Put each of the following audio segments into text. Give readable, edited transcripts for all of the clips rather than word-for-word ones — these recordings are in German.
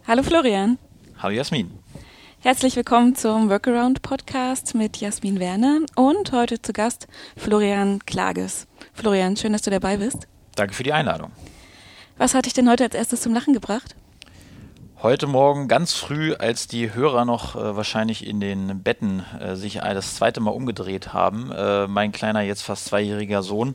Hallo Florian. Hallo Jasmin. Herzlich willkommen zum Workaround-Podcast mit Jasmin Werner und heute zu Gast Florian Klages. Florian, schön, dass du dabei bist. Danke für die Einladung. Was hat dich denn heute als erstes zum Lachen gebracht? Heute Morgen ganz früh, als die Hörer noch wahrscheinlich in den Betten sich das zweite Mal umgedreht haben, mein kleiner, jetzt fast 2-jähriger Sohn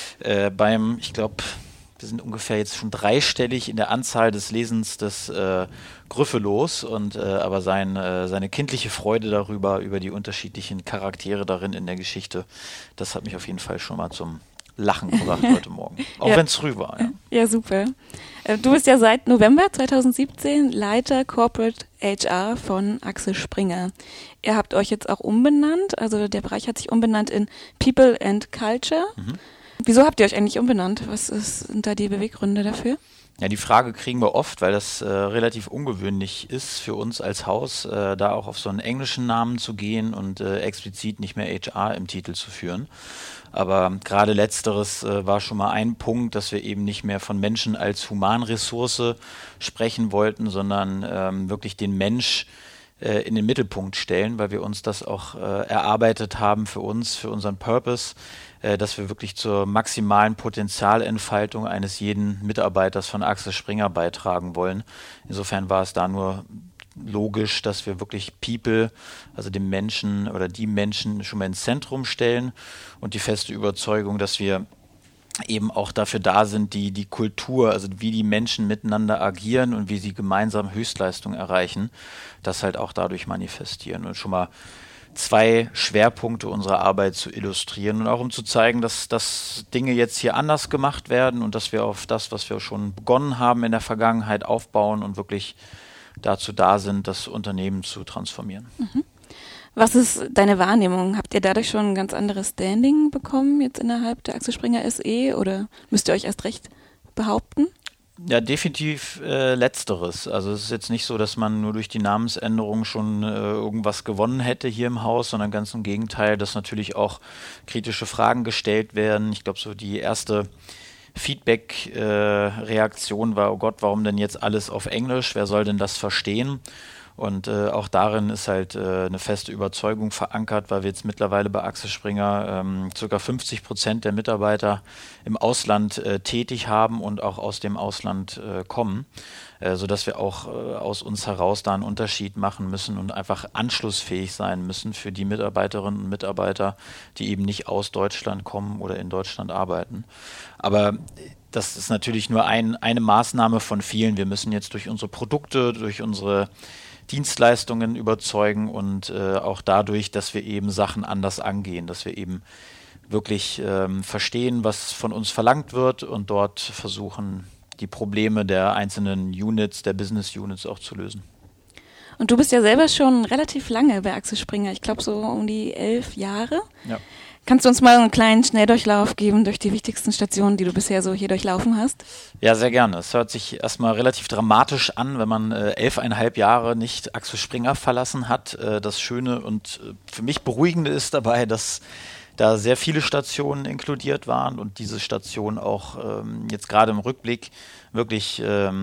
ich glaube, wir sind ungefähr jetzt schon 3-stellig in der Anzahl des Lesens des Gryphelos aber seine kindliche Freude darüber, über die unterschiedlichen Charaktere darin in der Geschichte, das hat mich auf jeden Fall schon mal zum Lachen gebracht heute Morgen. Auch ja. wenn es früh war. Ja. Ja, super. Du bist ja seit November 2017 Leiter Corporate HR von Axel Springer. Ihr habt euch jetzt auch umbenannt, also der Bereich hat sich umbenannt in People and Culture. Wieso habt ihr euch eigentlich umbenannt? Was sind da die Beweggründe dafür? Ja, die Frage kriegen wir oft, weil das relativ ungewöhnlich ist für uns als Haus, da auch auf so einen englischen Namen zu gehen und explizit nicht mehr HR im Titel zu führen. Aber gerade letzteres war schon mal ein Punkt, dass wir eben nicht mehr von Menschen als Humanressource sprechen wollten, sondern wirklich den Mensch in den Mittelpunkt stellen, weil wir uns das auch erarbeitet haben für uns, für unseren Purpose, dass wir wirklich zur maximalen Potenzialentfaltung eines jeden Mitarbeiters von Axel Springer beitragen wollen. Insofern war es da nur logisch, dass wir wirklich People, also den Menschen oder die Menschen schon mal ins Zentrum stellen und die feste Überzeugung, dass wir eben auch dafür da sind, die Kultur, also wie die Menschen miteinander agieren und wie sie gemeinsam Höchstleistung erreichen, das halt auch dadurch manifestieren und schon mal 2 Schwerpunkte unserer Arbeit zu illustrieren und auch um zu zeigen, dass Dinge jetzt hier anders gemacht werden und dass wir auf das, was wir schon begonnen haben in der Vergangenheit, aufbauen und wirklich dazu da sind, das Unternehmen zu transformieren. Was ist deine Wahrnehmung? Habt ihr dadurch schon ein ganz anderes Standing bekommen jetzt innerhalb der Axel Springer SE oder müsst ihr euch erst recht behaupten? Ja, definitiv Letzteres. Also es ist jetzt nicht so, dass man nur durch die Namensänderung schon irgendwas gewonnen hätte hier im Haus, sondern ganz im Gegenteil, dass natürlich auch kritische Fragen gestellt werden. Ich glaube, so die erste Feedback-Reaktion war, oh Gott, warum denn jetzt alles auf Englisch? Wer soll denn das verstehen? Und auch darin ist halt eine feste Überzeugung verankert, weil wir jetzt mittlerweile bei Axel Springer ca. 50% der Mitarbeiter im Ausland tätig haben und auch aus dem Ausland kommen, sodass wir auch aus uns heraus da einen Unterschied machen müssen und einfach anschlussfähig sein müssen für die Mitarbeiterinnen und Mitarbeiter, die eben nicht aus Deutschland kommen oder in Deutschland arbeiten. Aber das ist natürlich nur eine Maßnahme von vielen. Wir müssen jetzt durch unsere Produkte, durch unsere Dienstleistungen überzeugen und auch dadurch, dass wir eben Sachen anders angehen, dass wir eben wirklich verstehen, was von uns verlangt wird und dort versuchen, die Probleme der einzelnen Units, der Business Units auch zu lösen. Und du bist ja selber schon relativ lange bei Axel Springer, ich glaube so um die 11 Jahre. Ja. Kannst du uns mal einen kleinen Schnelldurchlauf geben durch die wichtigsten Stationen, die du bisher so hier durchlaufen hast? Ja, sehr gerne. Es hört sich erstmal relativ dramatisch an, wenn man 11,5 Jahre nicht Axel Springer verlassen hat. Das Schöne und für mich Beruhigende ist dabei, dass da sehr viele Stationen inkludiert waren und diese Stationen auch jetzt gerade im Rückblick wirklich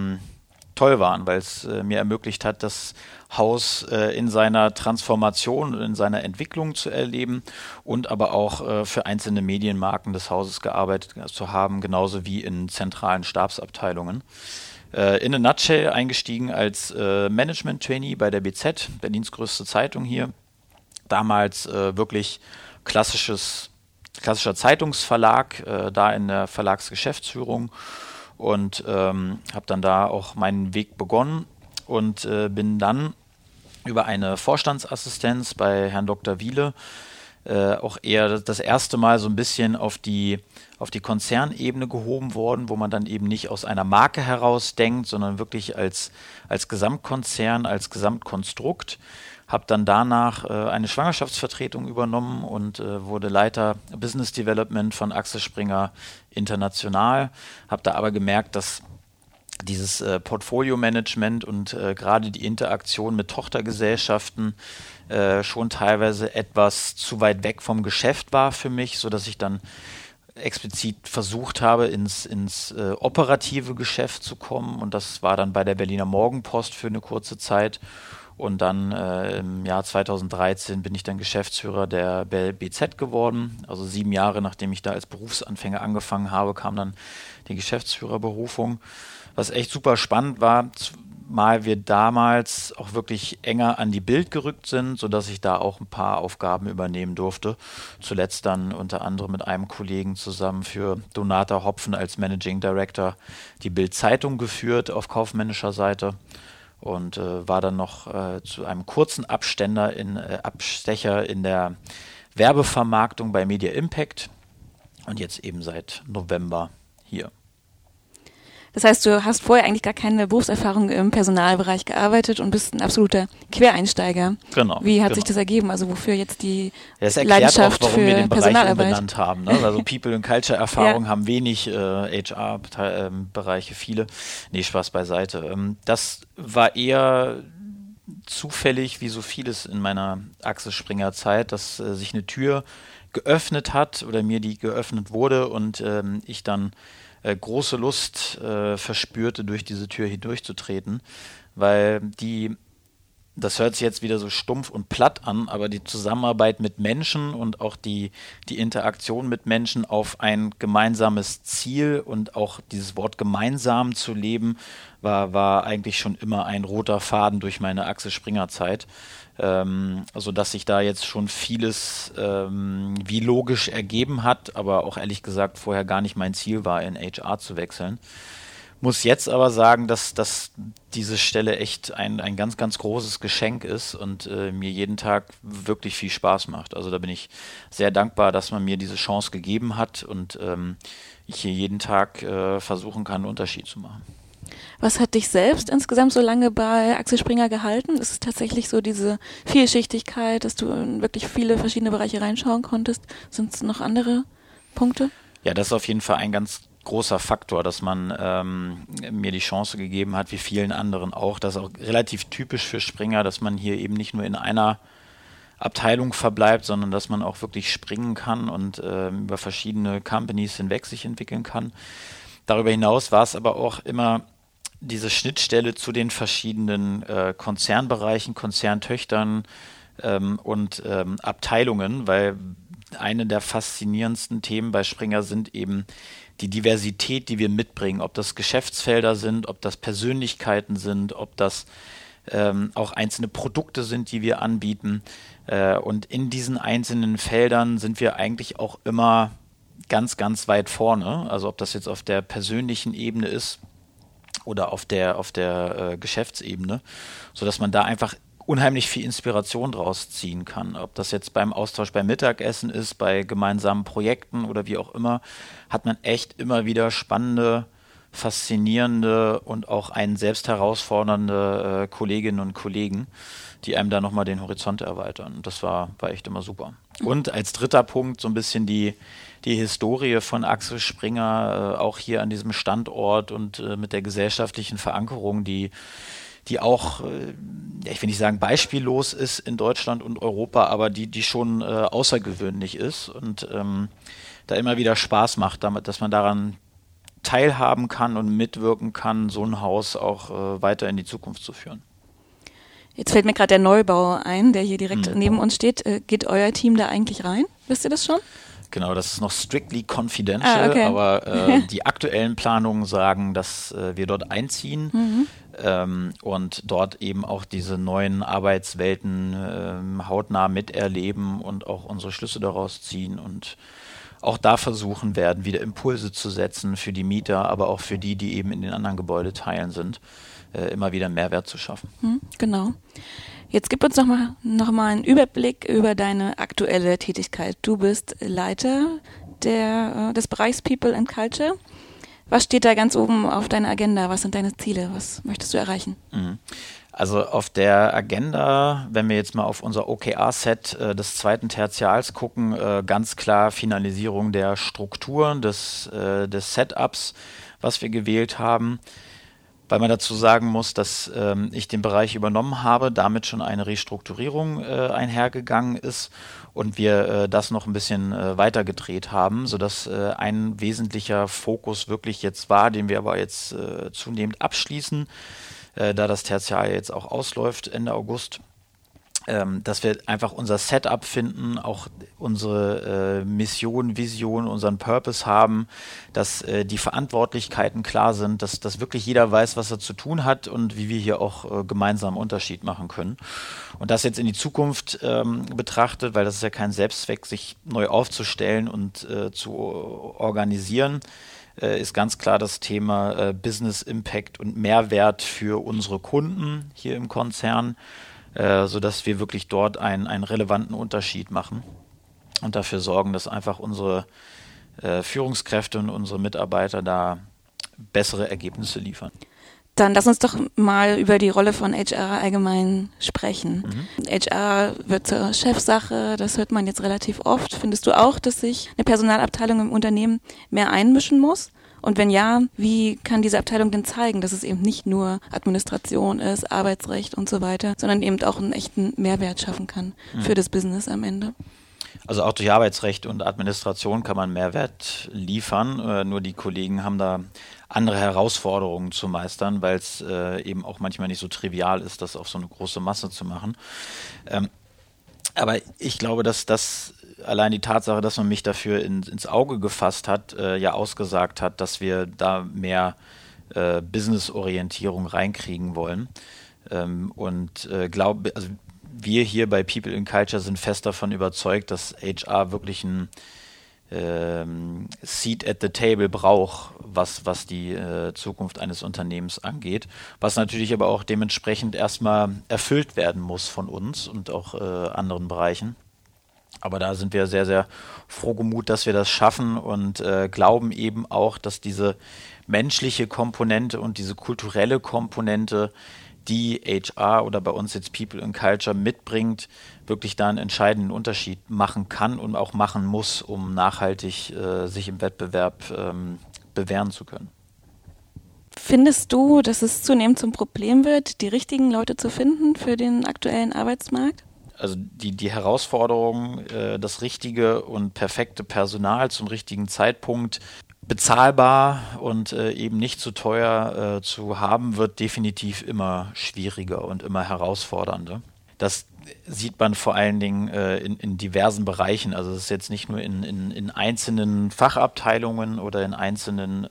toll waren, weil es mir ermöglicht hat, das Haus in seiner Transformation und in seiner Entwicklung zu erleben und aber auch für einzelne Medienmarken des Hauses gearbeitet zu haben, genauso wie in zentralen Stabsabteilungen. In a nutshell eingestiegen als Management-Trainee bei der BZ, Berlins größte Zeitung hier. Damals wirklich klassischer Zeitungsverlag, da in der Verlagsgeschäftsführung. Und habe dann da auch meinen Weg begonnen und bin dann über eine Vorstandsassistenz bei Herrn Dr. Wiele auch eher das erste Mal so ein bisschen auf die Konzernebene gehoben worden, wo man dann eben nicht aus einer Marke heraus denkt, sondern wirklich als Gesamtkonzern, als Gesamtkonstrukt. Habe dann danach eine Schwangerschaftsvertretung übernommen und wurde Leiter Business Development von Axel Springer International. Habe da aber gemerkt, dass dieses Portfolio-Management und gerade die Interaktion mit Tochtergesellschaften schon teilweise etwas zu weit weg vom Geschäft war für mich, sodass ich dann explizit versucht habe, ins operative Geschäft zu kommen. Und das war dann bei der Berliner Morgenpost für eine kurze Zeit. Und dann im Jahr 2013 bin ich dann Geschäftsführer der BZ geworden. Also 7 Jahre, nachdem ich da als Berufsanfänger angefangen habe, kam dann die Geschäftsführerberufung. Was echt super spannend war, mal wir damals auch wirklich enger an die Bild gerückt sind, sodass ich da auch ein paar Aufgaben übernehmen durfte. Zuletzt dann unter anderem mit einem Kollegen zusammen für Donata Hopfen als Managing Director die Bild-Zeitung geführt auf kaufmännischer Seite und war dann noch zu einem kurzen Abstecher in der Werbevermarktung bei Media Impact und jetzt eben seit November hier. Das heißt, du hast vorher eigentlich gar keine Berufserfahrung im Personalbereich gearbeitet und bist ein absoluter Quereinsteiger. Genau. Wie hat sich das ergeben? Also wofür jetzt die das Leidenschaft auch, warum für wir den Personalarbeit Bereich umbenannt haben. Ne? Also People and Culture Erfahrung haben wenig, HR-Bereiche viele. Nee, Spaß beiseite. Das war eher zufällig, wie so vieles in meiner Axel Springer Zeit, dass sich eine Tür geöffnet hat oder mir die geöffnet wurde und ich dann große Lust verspürte, durch diese Tür hindurchzutreten, weil das hört sich jetzt wieder so stumpf und platt an, aber die Zusammenarbeit mit Menschen und auch die Interaktion mit Menschen auf ein gemeinsames Ziel und auch dieses Wort gemeinsam zu leben, war eigentlich schon immer ein roter Faden durch meine Axel Springer Zeit. Also dass sich da jetzt schon vieles wie logisch ergeben hat, aber auch ehrlich gesagt vorher gar nicht mein Ziel war, in HR zu wechseln. Muss jetzt aber sagen, dass diese Stelle echt ein ganz, ganz großes Geschenk ist und mir jeden Tag wirklich viel Spaß macht. Also da bin ich sehr dankbar, dass man mir diese Chance gegeben hat und ich hier jeden Tag versuchen kann, einen Unterschied zu machen. Was hat dich selbst insgesamt so lange bei Axel Springer gehalten? Ist es tatsächlich so diese Vielschichtigkeit, dass du in wirklich viele verschiedene Bereiche reinschauen konntest? Sind es noch andere Punkte? Ja, das ist auf jeden Fall ein ganz großer Faktor, dass man mir die Chance gegeben hat, wie vielen anderen auch. Das ist auch relativ typisch für Springer, dass man hier eben nicht nur in einer Abteilung verbleibt, sondern dass man auch wirklich springen kann und über verschiedene Companies hinweg sich entwickeln kann. Darüber hinaus war es aber auch immer diese Schnittstelle zu den verschiedenen Konzernbereichen, Konzerntöchtern und Abteilungen, weil eine der faszinierendsten Themen bei Springer sind eben die Diversität, die wir mitbringen, ob das Geschäftsfelder sind, ob das Persönlichkeiten sind, ob das auch einzelne Produkte sind, die wir anbieten. Und in diesen einzelnen Feldern sind wir eigentlich auch immer ganz, ganz weit vorne. Also ob das jetzt auf der persönlichen Ebene ist oder auf der Geschäftsebene, sodass man da einfach unheimlich viel Inspiration draus ziehen kann. Ob das jetzt beim Austausch beim Mittagessen ist, bei gemeinsamen Projekten oder wie auch immer, hat man echt immer wieder spannende, faszinierende und auch einen selbst herausfordernde Kolleginnen und Kollegen, die einem da nochmal den Horizont erweitern. Das war echt immer super. Und als dritter Punkt so ein bisschen die Historie von Axel Springer, auch hier an diesem Standort und mit der gesellschaftlichen Verankerung, die auch, ich will nicht sagen beispiellos ist in Deutschland und Europa, aber die schon außergewöhnlich ist und da immer wieder Spaß macht, damit, dass man daran teilhaben kann und mitwirken kann, so ein Haus auch weiter in die Zukunft zu führen. Jetzt fällt mir gerade der Neubau ein, der hier direkt neben uns steht. Geht euer Team da eigentlich rein? Wisst ihr das schon? Genau, das ist noch strictly confidential, okay. Aber die aktuellen Planungen sagen, dass wir dort einziehen und dort eben auch diese neuen Arbeitswelten hautnah miterleben und auch unsere Schlüsse daraus ziehen und auch da versuchen werden, wieder Impulse zu setzen für die Mieter, aber auch für die eben in den anderen Gebäudeteilen sind, immer wieder Mehrwert zu schaffen. Genau. Jetzt gib uns noch mal einen Überblick über deine aktuelle Tätigkeit. Du bist Leiter des Bereichs People and Culture. Was steht da ganz oben auf deiner Agenda? Was sind deine Ziele? Was möchtest du erreichen? Also auf der Agenda, wenn wir jetzt mal auf unser OKR-Set des zweiten Tertials gucken, ganz klar Finalisierung der Strukturen, des Setups, was wir gewählt haben. weil man dazu sagen muss, dass ich den Bereich übernommen habe, damit schon eine Restrukturierung einhergegangen ist und wir das noch ein bisschen weiter gedreht haben, sodass ein wesentlicher Fokus wirklich jetzt war, den wir aber jetzt zunehmend abschließen, da das Tertial jetzt auch ausläuft Ende August, dass wir einfach unser Setup finden, auch unsere Mission, Vision, unseren Purpose haben, dass die Verantwortlichkeiten klar sind, dass wirklich jeder weiß, was er zu tun hat und wie wir hier auch gemeinsam einen Unterschied machen können. Und das jetzt in die Zukunft betrachtet, weil das ist ja kein Selbstzweck, sich neu aufzustellen und zu organisieren, ist ganz klar das Thema Business Impact und Mehrwert für unsere Kunden hier im Konzern, sodass wir wirklich dort einen relevanten Unterschied machen und dafür sorgen, dass einfach unsere Führungskräfte und unsere Mitarbeiter da bessere Ergebnisse liefern. Dann lass uns doch mal über die Rolle von HR allgemein sprechen. HR wird zur Chefsache, das hört man jetzt relativ oft. Findest du auch, dass sich eine Personalabteilung im Unternehmen mehr einmischen muss? Und wenn ja, wie kann diese Abteilung denn zeigen, dass es eben nicht nur Administration ist, Arbeitsrecht und so weiter, sondern eben auch einen echten Mehrwert schaffen kann für das Business am Ende? Also auch durch Arbeitsrecht und Administration kann man Mehrwert liefern, nur die Kollegen haben da andere Herausforderungen zu meistern, weil es eben auch manchmal nicht so trivial ist, das auf so eine große Masse zu machen. Aber ich glaube, dass das allein die Tatsache, dass man mich dafür ins Auge gefasst hat, ja ausgesagt hat, dass wir da mehr Business-Orientierung reinkriegen wollen. Also wir hier bei People in Culture sind fest davon überzeugt, dass HR wirklich ein Seat at the Table braucht, was die Zukunft eines Unternehmens angeht, was natürlich aber auch dementsprechend erstmal erfüllt werden muss von uns und auch anderen Bereichen. Aber da sind wir sehr, sehr frohgemut, dass wir das schaffen und glauben eben auch, dass diese menschliche Komponente und diese kulturelle Komponente, die HR oder bei uns jetzt People in Culture mitbringt, wirklich da einen entscheidenden Unterschied machen kann und auch machen muss, um nachhaltig sich im Wettbewerb bewähren zu können. Findest du, dass es zunehmend zum Problem wird, die richtigen Leute zu finden für den aktuellen Arbeitsmarkt? Also die Herausforderung, das richtige und perfekte Personal zum richtigen Zeitpunkt bezahlbar und eben nicht zu teuer zu haben, wird definitiv immer schwieriger und immer herausfordernder. Das sieht man vor allen Dingen in diversen Bereichen. Also es ist jetzt nicht nur in einzelnen Fachabteilungen oder in einzelnen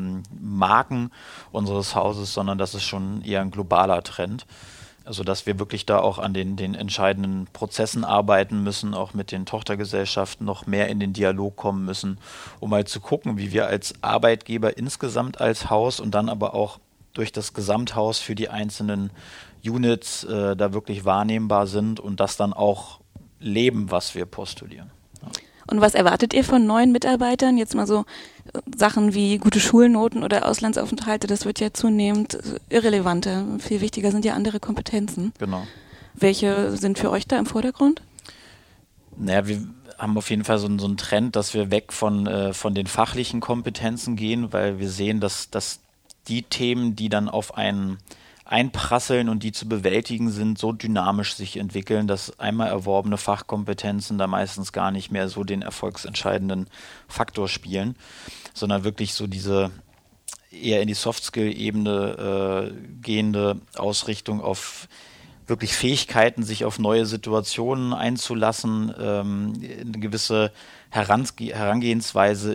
Marken unseres Hauses, sondern das ist schon eher ein globaler Trend. Also dass wir wirklich da auch an den entscheidenden Prozessen arbeiten müssen, auch mit den Tochtergesellschaften noch mehr in den Dialog kommen müssen, um mal zu gucken, wie wir als Arbeitgeber insgesamt als Haus und dann aber auch durch das Gesamthaus für die einzelnen Units da wirklich wahrnehmbar sind und das dann auch leben, was wir postulieren. Ja. Und was erwartet ihr von neuen Mitarbeitern? Jetzt mal so Sachen wie gute Schulnoten oder Auslandsaufenthalte, das wird ja zunehmend irrelevanter. Viel wichtiger sind ja andere Kompetenzen. Genau. Welche sind für euch da im Vordergrund? Naja, wir haben auf jeden Fall so einen Trend, dass wir weg von den fachlichen Kompetenzen gehen, weil wir sehen, dass die Themen, die dann auf einen einprasseln und die zu bewältigen sind, so dynamisch sich entwickeln, dass einmal erworbene Fachkompetenzen da meistens gar nicht mehr so den erfolgsentscheidenden Faktor spielen, sondern wirklich so diese eher in die Soft-Skill-Ebene gehende Ausrichtung auf wirklich Fähigkeiten, sich auf neue Situationen einzulassen, eine gewisse Herangehensweise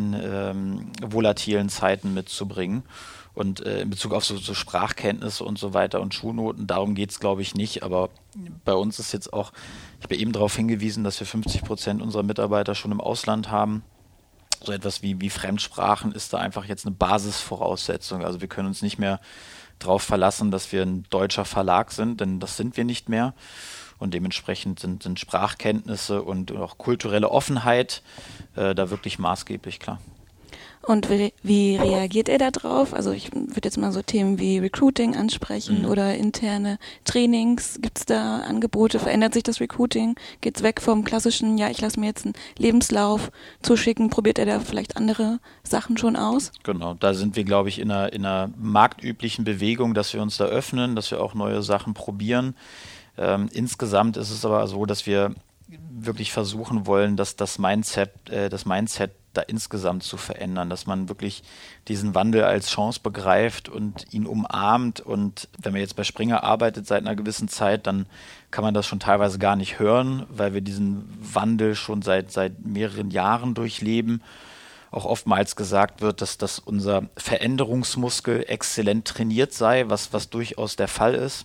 in volatilen Zeiten mitzubringen. Und in Bezug auf so Sprachkenntnisse und so weiter und Schulnoten, darum geht es, glaube ich, nicht. Aber bei uns ist jetzt auch, ich habe eben darauf hingewiesen, dass wir 50% unserer Mitarbeiter schon im Ausland haben. So etwas wie Fremdsprachen ist da einfach jetzt eine Basisvoraussetzung. Also wir können uns nicht mehr darauf verlassen, dass wir ein deutscher Verlag sind, denn das sind wir nicht mehr. Und dementsprechend sind Sprachkenntnisse und auch kulturelle Offenheit da wirklich maßgeblich, klar. Und wie reagiert er da drauf? Also ich würde jetzt mal so Themen wie Recruiting ansprechen oder interne Trainings. Gibt es da Angebote? Verändert sich das Recruiting? Geht es weg vom klassischen, ja, ich lasse mir jetzt einen Lebenslauf zuschicken? Probiert er da vielleicht andere Sachen schon aus? Genau, da sind wir, glaube ich, in einer marktüblichen Bewegung, dass wir uns da öffnen, dass wir auch neue Sachen probieren. Insgesamt ist es aber so, dass wir wirklich versuchen wollen, dass das Mindset da insgesamt zu verändern, dass man wirklich diesen Wandel als Chance begreift und ihn umarmt. Und wenn man jetzt bei Springer arbeitet seit einer gewissen Zeit, dann kann man das schon teilweise gar nicht hören, weil wir diesen Wandel schon seit mehreren Jahren durchleben. Auch oftmals gesagt wird, dass unser Veränderungsmuskel exzellent trainiert sei, was durchaus der Fall ist.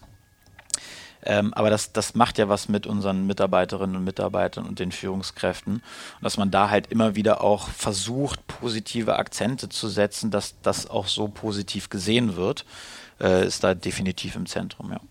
Aber das macht ja was mit unseren Mitarbeiterinnen und Mitarbeitern und den Führungskräften. Und dass man da halt immer wieder auch versucht, positive Akzente zu setzen, dass das auch so positiv gesehen wird, ist da definitiv im Zentrum, ja.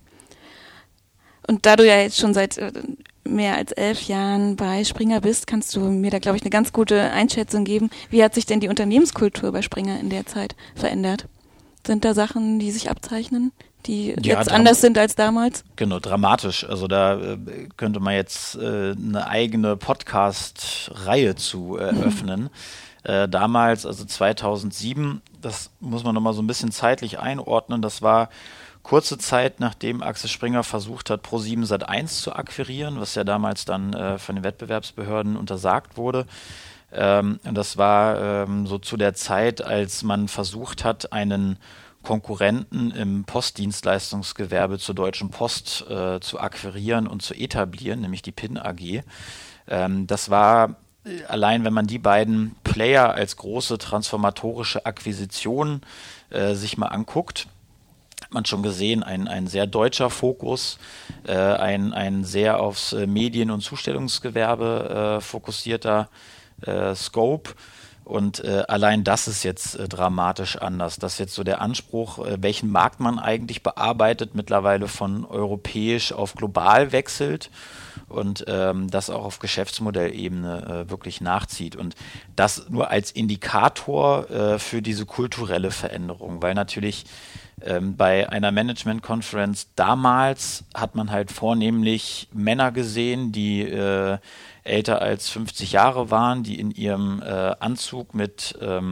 Und da du ja jetzt schon seit mehr als 11 Jahren bei Springer bist, kannst du mir da, glaube ich, eine ganz gute Einschätzung geben. Wie hat sich denn die Unternehmenskultur bei Springer in der Zeit verändert? Sind da Sachen, die sich abzeichnen, die jetzt anders sind als damals? Genau, dramatisch. Also da könnte man jetzt eine eigene Podcast-Reihe zu eröffnen. Damals, also 2007, das muss man nochmal so ein bisschen zeitlich einordnen, das war kurze Zeit, nachdem Axel Springer versucht hat, Pro7 Sat.1 zu akquirieren, was ja damals dann von den Wettbewerbsbehörden untersagt wurde. Und das war so zu der Zeit, als man versucht hat, einen Konkurrenten im Postdienstleistungsgewerbe zur Deutschen Post zu akquirieren und zu etablieren, nämlich die PIN AG. Das war allein, wenn man die beiden Player als große transformatorische Akquisition sich mal anguckt, hat man schon gesehen, ein sehr deutscher Fokus, ein sehr aufs Medien- und Zustellungsgewerbe fokussierter Scope. Und allein das ist jetzt dramatisch anders. Das ist jetzt so der Anspruch, welchen Markt man eigentlich bearbeitet, mittlerweile von europäisch auf global wechselt und das auch auf Geschäftsmodellebene wirklich nachzieht. Und das nur als Indikator für diese kulturelle Veränderung, weil natürlich bei einer Management-Conference damals hat man halt vornehmlich Männer gesehen, die älter als 50 Jahre waren, die in ihrem Anzug mit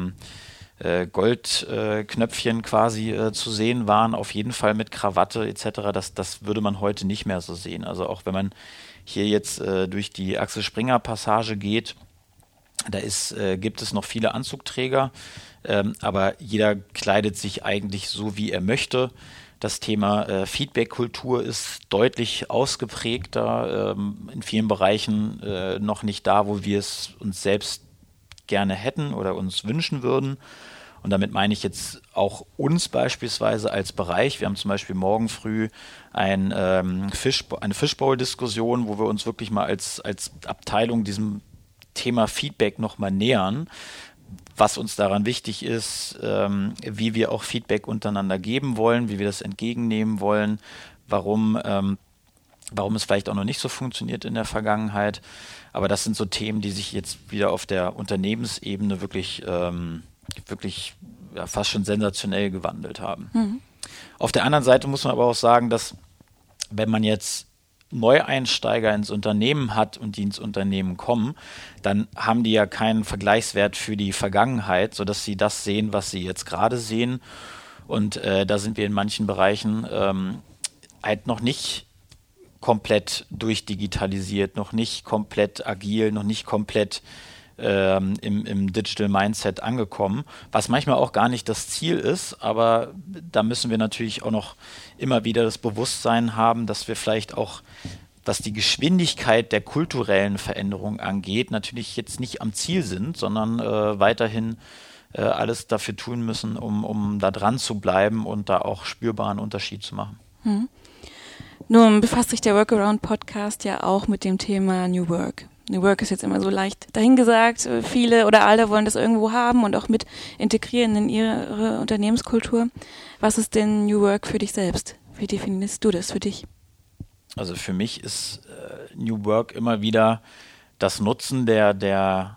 Goldknöpfchen quasi zu sehen waren, auf jeden Fall mit Krawatte etc. Das würde man heute nicht mehr so sehen. Also auch wenn man hier jetzt durch die Axel Springer Passage geht, da gibt es noch viele Anzugträger, aber jeder kleidet sich eigentlich so, wie er möchte. Das Thema Feedback-Kultur ist deutlich ausgeprägter, in vielen Bereichen noch nicht da, wo wir es uns selbst gerne hätten oder uns wünschen würden. Und damit meine ich jetzt auch uns beispielsweise als Bereich. Wir haben zum Beispiel morgen früh eine Fishbowl-Diskussion, wo wir uns wirklich mal als Abteilung diesem Thema Feedback nochmal nähern, was uns daran wichtig ist, wie wir auch Feedback untereinander geben wollen, wie wir das entgegennehmen wollen, warum es vielleicht auch noch nicht so funktioniert in der Vergangenheit. Aber das sind so Themen, die sich jetzt wieder auf der Unternehmensebene wirklich fast schon sensationell gewandelt haben. Mhm. Auf der anderen Seite muss man aber auch sagen, dass wenn man jetzt Neueinsteiger ins Unternehmen hat und die ins Unternehmen kommen, dann haben die ja keinen Vergleichswert für die Vergangenheit, sodass sie das sehen, was sie jetzt gerade sehen. Und da sind wir in manchen Bereichen halt noch nicht komplett durchdigitalisiert, noch nicht komplett agil, noch nicht komplett im Digital Mindset angekommen, was manchmal auch gar nicht das Ziel ist, aber da müssen wir natürlich auch noch immer wieder das Bewusstsein haben, dass wir vielleicht auch, was die Geschwindigkeit der kulturellen Veränderung angeht, natürlich jetzt nicht am Ziel sind, sondern weiterhin alles dafür tun müssen, um da dran zu bleiben und da auch spürbaren Unterschied zu machen. Nun befasst sich der Workaround-Podcast ja auch mit dem Thema New Work. New Work ist jetzt immer so leicht dahingesagt. Viele oder alle wollen das irgendwo haben und auch mit integrieren in ihre Unternehmenskultur. Was ist denn New Work für dich selbst? Wie definierst du das für dich? Also für mich ist New Work immer wieder das Nutzen der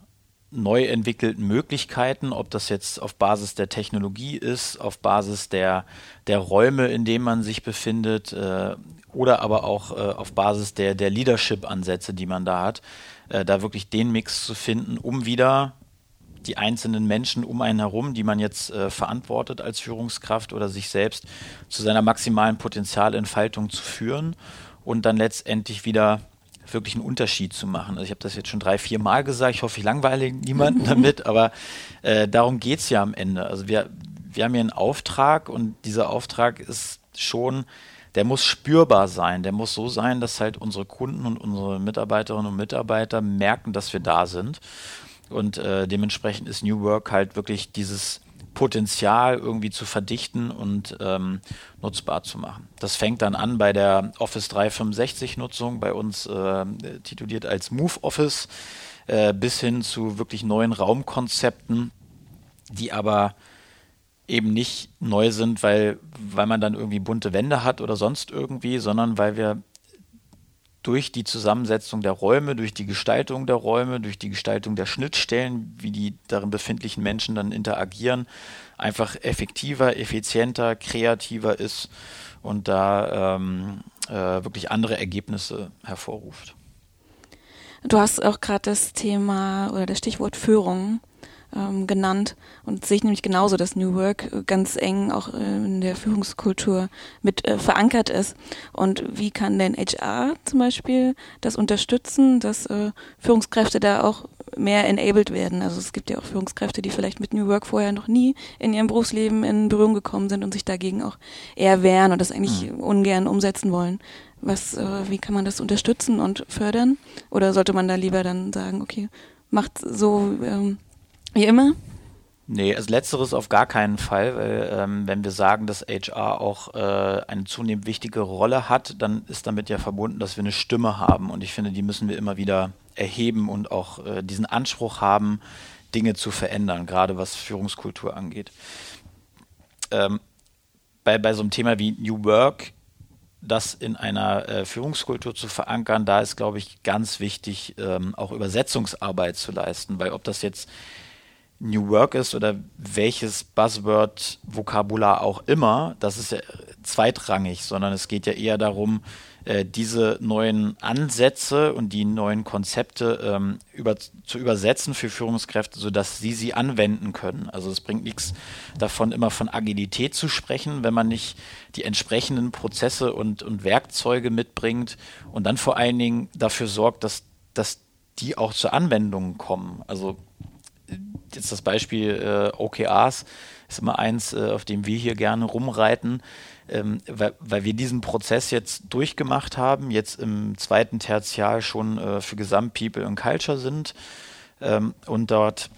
neu entwickelten Möglichkeiten, ob das jetzt auf Basis der Technologie ist, auf Basis der Räume, in denen man sich befindet, oder aber auch auf Basis der Leadership-Ansätze, die man da hat, da wirklich den Mix zu finden, um wieder die einzelnen Menschen um einen herum, die man jetzt verantwortet als Führungskraft oder sich selbst, zu seiner maximalen Potenzialentfaltung zu führen und dann letztendlich wieder wirklich einen Unterschied zu machen. Also ich habe das jetzt schon 3-4 Mal gesagt, ich hoffe, ich langweile niemanden damit, aber darum geht es ja am Ende. Also wir haben hier einen Auftrag und dieser Auftrag ist schon, der muss spürbar sein, der muss so sein, dass halt unsere Kunden und unsere Mitarbeiterinnen und Mitarbeiter merken, dass wir da sind. Und dementsprechend ist New Work halt wirklich dieses Potenzial irgendwie zu verdichten und nutzbar zu machen. Das fängt dann an bei der Office 365 Nutzung, bei uns tituliert als Move Office, bis hin zu wirklich neuen Raumkonzepten, die aber eben nicht neu sind, weil man dann irgendwie bunte Wände hat oder sonst irgendwie, sondern weil wir durch die Zusammensetzung der Räume, durch die Gestaltung der Räume, durch die Gestaltung der Schnittstellen, wie die darin befindlichen Menschen dann interagieren, einfach effektiver, effizienter, kreativer ist und da wirklich andere Ergebnisse hervorruft. Du hast auch gerade das Thema oder das Stichwort Führung genannt und sehe ich nämlich genauso, dass New Work ganz eng auch in der Führungskultur mit verankert ist. Und wie kann denn HR zum Beispiel das unterstützen, dass Führungskräfte da auch mehr enabled werden? Also es gibt ja auch Führungskräfte, die vielleicht mit New Work vorher noch nie in ihrem Berufsleben in Berührung gekommen sind und sich dagegen auch eher wehren und das eigentlich ungern umsetzen wollen. Wie kann man das unterstützen und fördern? Oder sollte man da lieber dann sagen, okay, macht so wie immer? Nee, also letzteres auf gar keinen Fall, weil wenn wir sagen, dass HR auch eine zunehmend wichtige Rolle hat, dann ist damit ja verbunden, dass wir eine Stimme haben und ich finde, die müssen wir immer wieder erheben und auch diesen Anspruch haben, Dinge zu verändern, gerade was Führungskultur angeht. Bei so einem Thema wie New Work, das in einer Führungskultur zu verankern, da ist, glaube ich, ganz wichtig, auch Übersetzungsarbeit zu leisten, weil ob das jetzt New Work ist oder welches Buzzword-Vokabular auch immer, das ist ja zweitrangig, sondern es geht ja eher darum, diese neuen Ansätze und die neuen Konzepte zu übersetzen für Führungskräfte, sodass sie anwenden können. Also es bringt nichts davon, immer von Agilität zu sprechen, wenn man nicht die entsprechenden Prozesse und Werkzeuge mitbringt und dann vor allen Dingen dafür sorgt, dass die auch zur Anwendung kommen. Also jetzt das Beispiel OKRs ist immer eins, auf dem wir hier gerne rumreiten, weil wir diesen Prozess jetzt durchgemacht haben, jetzt im 2. Tertial schon für Gesamt People and Culture sind und dort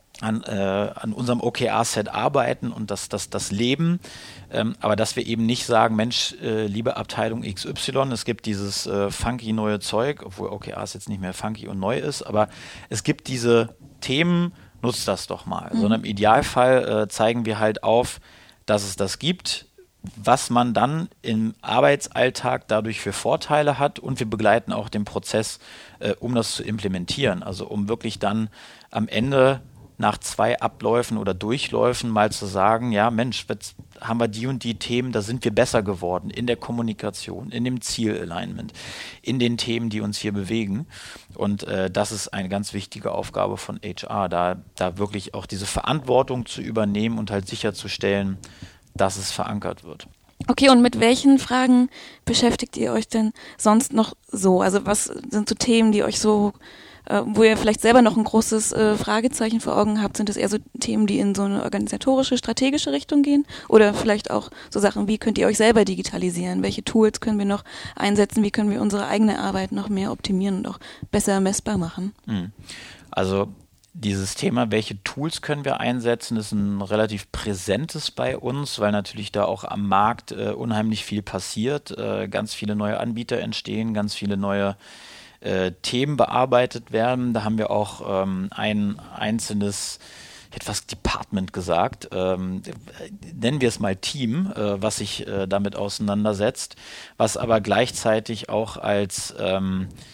an unserem OKR-Set arbeiten und das leben, aber dass wir eben nicht sagen, Mensch, liebe Abteilung XY, es gibt dieses funky neue Zeug, obwohl OKRs jetzt nicht mehr funky und neu ist, aber es gibt diese Themen, nutzt das doch mal. Sondern im Idealfall zeigen wir halt auf, dass es das gibt, was man dann im Arbeitsalltag dadurch für Vorteile hat und wir begleiten auch den Prozess, um das zu implementieren. Also um wirklich dann am Ende nach 2 Abläufen oder Durchläufen mal zu sagen, ja Mensch, jetzt haben wir die und die Themen, da sind wir besser geworden in der Kommunikation, in dem Zielalignment, in den Themen, die uns hier bewegen. Und das ist eine ganz wichtige Aufgabe von HR, da wirklich auch diese Verantwortung zu übernehmen und halt sicherzustellen, dass es verankert wird. Okay, und mit welchen Fragen beschäftigt ihr euch denn sonst noch so? Also was sind so Themen, die euch so wo ihr vielleicht selber noch ein großes Fragezeichen vor Augen habt? Sind das eher so Themen, die in so eine organisatorische, strategische Richtung gehen? Oder vielleicht auch so Sachen, wie könnt ihr euch selber digitalisieren? Welche Tools können wir noch einsetzen? Wie können wir unsere eigene Arbeit noch mehr optimieren und auch besser messbar machen? Also dieses Thema, welche Tools können wir einsetzen, ist ein relativ präsentes bei uns, weil natürlich da auch am Markt unheimlich viel passiert, ganz viele neue Anbieter entstehen, ganz viele neue Themen bearbeitet werden. Da haben wir auch ein einzelnes, ich hätte fast Department gesagt, nennen wir es mal Team, was sich damit auseinandersetzt, was aber gleichzeitig auch als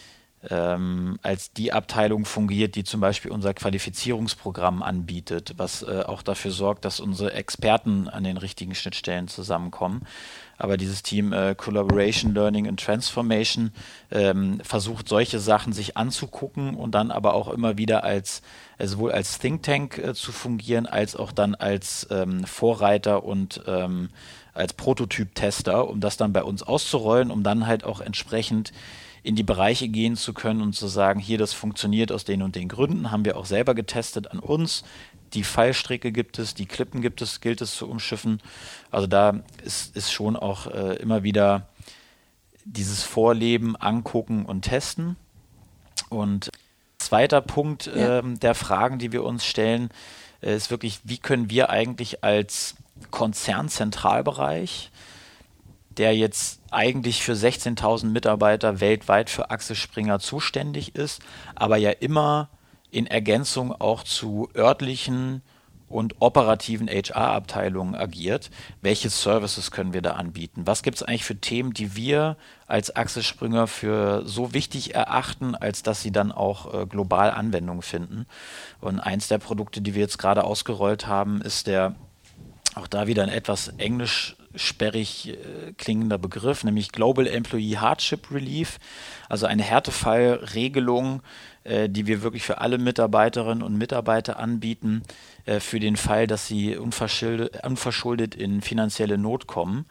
als die Abteilung fungiert, die zum Beispiel unser Qualifizierungsprogramm anbietet, was auch dafür sorgt, dass unsere Experten an den richtigen Schnittstellen zusammenkommen. Aber dieses Team Collaboration, Learning and Transformation versucht solche Sachen sich anzugucken und dann aber auch immer wieder sowohl als Think Tank zu fungieren, als auch dann als Vorreiter und als Prototyp-Tester, um das dann bei uns auszurollen, um dann halt auch entsprechend in die Bereiche gehen zu können und zu sagen, hier, das funktioniert aus den und den Gründen, haben wir auch selber getestet an uns. Die Fallstricke gibt es, die Klippen gibt es, gilt es zu umschiffen. Also da ist schon auch immer wieder dieses Vorleben, Angucken und Testen. Und zweiter Punkt der Fragen, die wir uns stellen, ist wirklich, wie können wir eigentlich als Konzernzentralbereich, der jetzt eigentlich für 16.000 Mitarbeiter weltweit für Axel Springer zuständig ist, aber ja immer in Ergänzung auch zu örtlichen und operativen HR-Abteilungen agiert. Welche Services können wir da anbieten? Was gibt es eigentlich für Themen, die wir als Axel Springer für so wichtig erachten, als dass sie dann auch global Anwendung finden? Und eins der Produkte, die wir jetzt gerade ausgerollt haben, ist auch da wieder ein etwas englischsperrig klingender Begriff, nämlich Global Employee Hardship Relief, also eine Härtefallregelung, die wir wirklich für alle Mitarbeiterinnen und Mitarbeiter anbieten, für den Fall, dass sie unverschuldet in finanzielle Not kommen.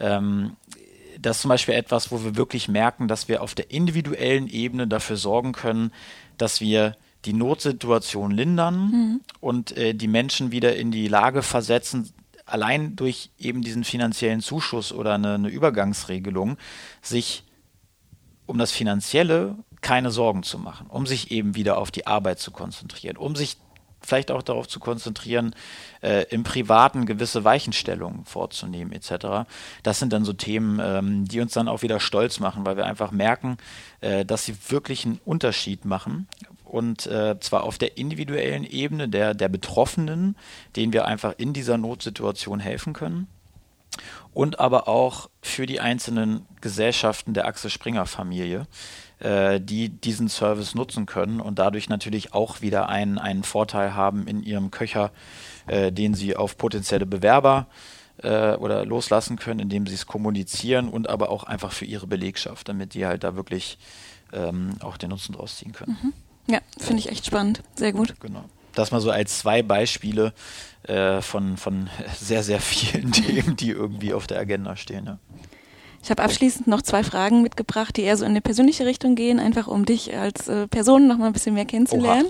Das ist zum Beispiel etwas, wo wir wirklich merken, dass wir auf der individuellen Ebene dafür sorgen können, dass wir die Notsituation lindern und die Menschen wieder in die Lage versetzen, allein durch eben diesen finanziellen Zuschuss oder eine Übergangsregelung, sich um das Finanzielle keine Sorgen zu machen, um sich eben wieder auf die Arbeit zu konzentrieren, um sich vielleicht auch darauf zu konzentrieren, im Privaten gewisse Weichenstellungen vorzunehmen etc. Das sind dann so Themen, die uns dann auch wieder stolz machen, weil wir einfach merken, dass sie wirklich einen Unterschied machen. Und zwar auf der individuellen Ebene der Betroffenen, denen wir einfach in dieser Notsituation helfen können. Und aber auch für die einzelnen Gesellschaften der Axel Springer Familie, die diesen Service nutzen können und dadurch natürlich auch wieder einen Vorteil haben in ihrem Köcher, den sie auf potenzielle Bewerber oder loslassen können, indem sie es kommunizieren und aber auch einfach für ihre Belegschaft, damit die halt da wirklich auch den Nutzen draus ziehen können. Mhm. Ja, finde ich echt spannend. Sehr gut. Genau. Das mal so als 2 Beispiele von sehr, sehr vielen Themen, die irgendwie auf der Agenda stehen. Ja. Ich habe abschließend noch 2 Fragen mitgebracht, die eher so in eine persönliche Richtung gehen, einfach um dich als Person noch mal ein bisschen mehr kennenzulernen.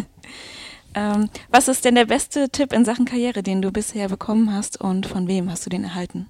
Was ist denn der beste Tipp in Sachen Karriere, den du bisher bekommen hast und von wem hast du den erhalten?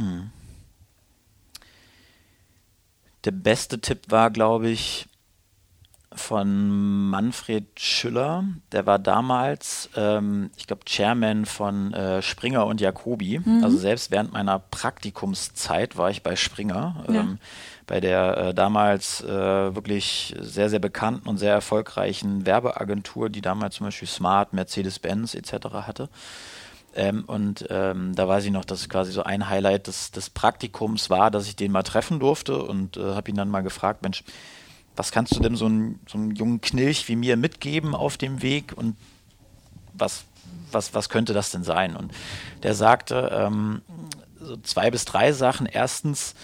Der beste Tipp war, glaube ich, von Manfred Schüller. Der war damals, ich glaube, Chairman von Springer und Jacobi. Also selbst während meiner Praktikumszeit war ich bei Springer, bei der damals wirklich sehr, sehr bekannten und sehr erfolgreichen Werbeagentur, die damals zum Beispiel Smart, Mercedes-Benz etc. hatte. Da weiß ich noch, dass quasi so ein Highlight des Praktikums war, dass ich den mal treffen durfte und habe ihn dann mal gefragt, Mensch, was kannst du denn so einem jungen Knilch wie mir mitgeben auf dem Weg und was könnte das denn sein? Und der sagte so 2 bis 3 Sachen. Erstens,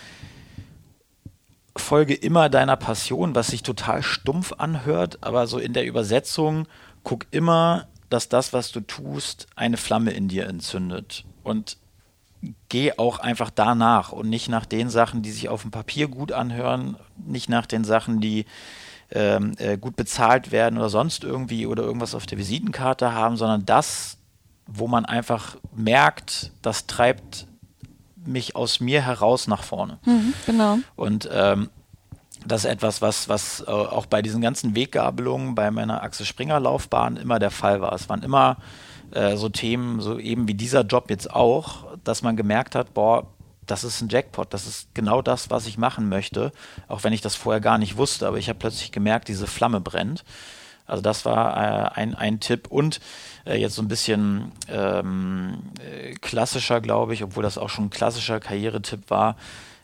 folge immer deiner Passion, was sich total stumpf anhört, aber so in der Übersetzung, guck immer, dass das, was du tust, eine Flamme in dir entzündet. Und geh auch einfach danach und nicht nach den Sachen, die sich auf dem Papier gut anhören, nicht nach den Sachen, die gut bezahlt werden oder sonst irgendwie oder irgendwas auf der Visitenkarte haben, sondern das, wo man einfach merkt, das treibt mich aus mir heraus nach vorne. Genau. Und das ist etwas, was auch bei diesen ganzen Weggabelungen bei meiner Axel Springer Laufbahn immer der Fall war. Es waren immer so Themen, so eben wie dieser Job jetzt auch, dass man gemerkt hat, boah, das ist ein Jackpot, das ist genau das, was ich machen möchte, auch wenn ich das vorher gar nicht wusste, aber ich habe plötzlich gemerkt, diese Flamme brennt. Also das war ein Tipp und jetzt so ein bisschen klassischer, glaube ich, obwohl das auch schon ein klassischer Karrieretipp war,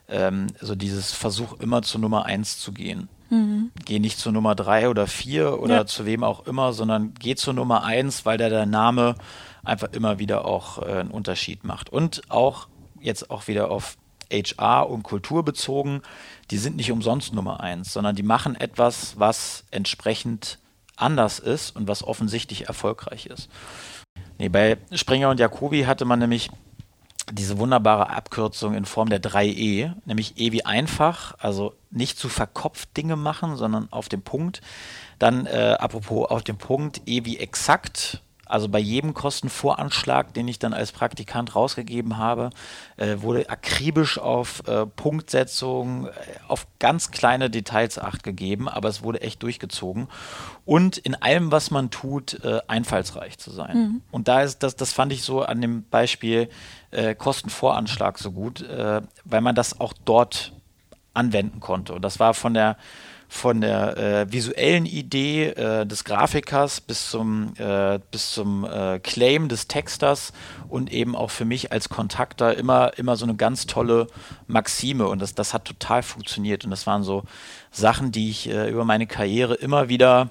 so dieses Versuch immer zur Nummer 1 zu gehen. Geh nicht zur Nummer 3 oder 4 oder zu wem auch immer, sondern geh zur Nummer 1, weil der Name einfach immer wieder auch einen Unterschied macht. Und auch jetzt auch wieder auf HR und Kultur bezogen, die sind nicht umsonst Nummer 1, sondern die machen etwas, was entsprechend anders ist und was offensichtlich erfolgreich ist. Nee, bei Springer und Jacobi hatte man nämlich diese wunderbare Abkürzung in Form der 3E, nämlich E wie einfach, also nicht zu verkopft Dinge machen, sondern auf den Punkt. Dann, apropos auf den Punkt, E wie exakt, also bei jedem Kostenvoranschlag, den ich dann als Praktikant rausgegeben habe, wurde akribisch auf Punktsetzung, auf ganz kleine Details Acht gegeben, aber es wurde echt durchgezogen. Und in allem, was man tut, einfallsreich zu sein. Und das fand ich so an dem Beispiel Kostenvoranschlag so gut, weil man das auch dort anwenden konnte. Und das war von der visuellen Idee des Grafikers bis zum Claim des Texters und eben auch für mich als Kontakter immer so eine ganz tolle Maxime, und das hat total funktioniert, und das waren so Sachen, die ich über meine Karriere immer wieder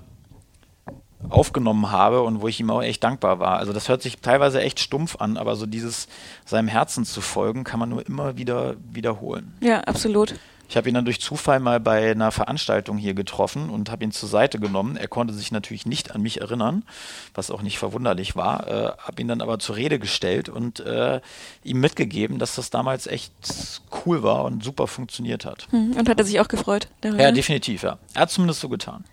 aufgenommen habe und wo ich ihm auch echt dankbar war. Also das hört sich teilweise echt stumpf an, aber so dieses seinem Herzen zu folgen, kann man nur immer wieder wiederholen. Ja, absolut. Ich habe ihn dann durch Zufall mal bei einer Veranstaltung hier getroffen und habe ihn zur Seite genommen. Er konnte sich natürlich nicht an mich erinnern, was auch nicht verwunderlich war. Habe ihn dann aber zur Rede gestellt und ihm mitgegeben, dass das damals echt cool war und super funktioniert hat. Und hat er sich auch gefreut darüber? Ja, definitiv, ja. Er hat zumindest so getan.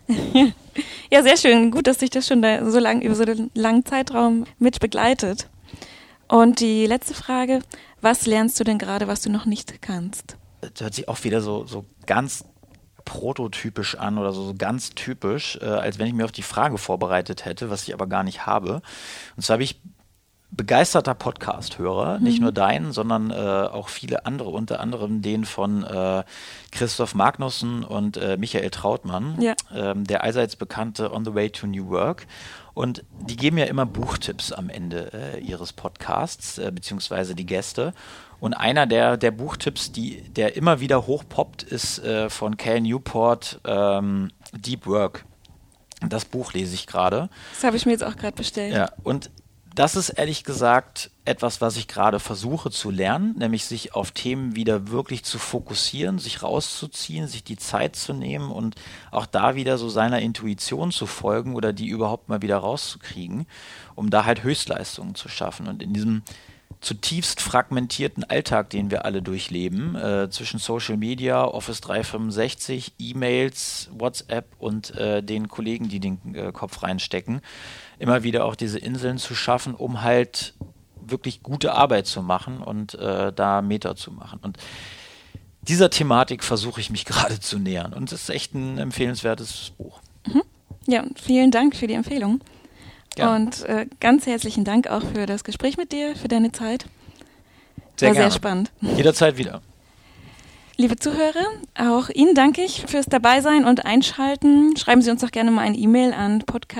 Ja, sehr schön. Gut, dass dich das schon so lang über so einen langen Zeitraum mit begleitet. Und die letzte Frage, was lernst du denn gerade, was du noch nicht kannst? Das hört sich auch wieder so ganz prototypisch an oder so ganz typisch, als wenn ich mir auf die Frage vorbereitet hätte, was ich aber gar nicht habe. Und zwar habe ich begeisterter Podcast-Hörer, nicht nur deinen, sondern auch viele andere, unter anderem den von Christoph Magnussen und Michael Trautmann, der allseits bekannte On the Way to New Work. Und die geben ja immer Buchtipps am Ende ihres Podcasts, beziehungsweise die Gäste. Und einer der Buchtipps, der immer wieder hochpoppt, ist von Cal Newport, Deep Work. Das Buch lese ich gerade. Das habe ich mir jetzt auch gerade bestellt. Ja, und das ist ehrlich gesagt etwas, was ich gerade versuche zu lernen, nämlich sich auf Themen wieder wirklich zu fokussieren, sich rauszuziehen, sich die Zeit zu nehmen und auch da wieder so seiner Intuition zu folgen oder die überhaupt mal wieder rauszukriegen, um da halt Höchstleistungen zu schaffen. Und in diesem zutiefst fragmentierten Alltag, den wir alle durchleben, zwischen Social Media, Office 365, E-Mails, WhatsApp und den Kollegen, die den Kopf reinstecken, immer wieder auch diese Inseln zu schaffen, um halt wirklich gute Arbeit zu machen und da Meter zu machen. Und dieser Thematik versuche ich mich gerade zu nähern. Und es ist echt ein empfehlenswertes Buch. Ja, vielen Dank für die Empfehlung. Ja. Und ganz herzlichen Dank auch für das Gespräch mit dir, für deine Zeit. Sehr War gerne. sehr spannend. Jederzeit wieder. Liebe Zuhörer, auch Ihnen danke ich fürs Dabeisein und Einschalten. Schreiben Sie uns doch gerne mal eine E-Mail an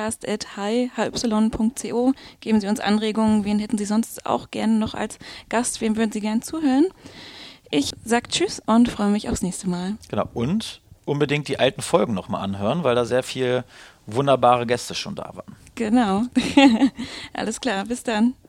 podcast@hy.co. Geben Sie uns Anregungen, wen hätten Sie sonst auch gerne noch als Gast, wem würden Sie gerne zuhören. Ich sage Tschüss und freue mich aufs nächste Mal. Genau. Und unbedingt die alten Folgen nochmal anhören, weil da sehr viel wunderbare Gäste schon da waren. Genau. Alles klar, bis dann.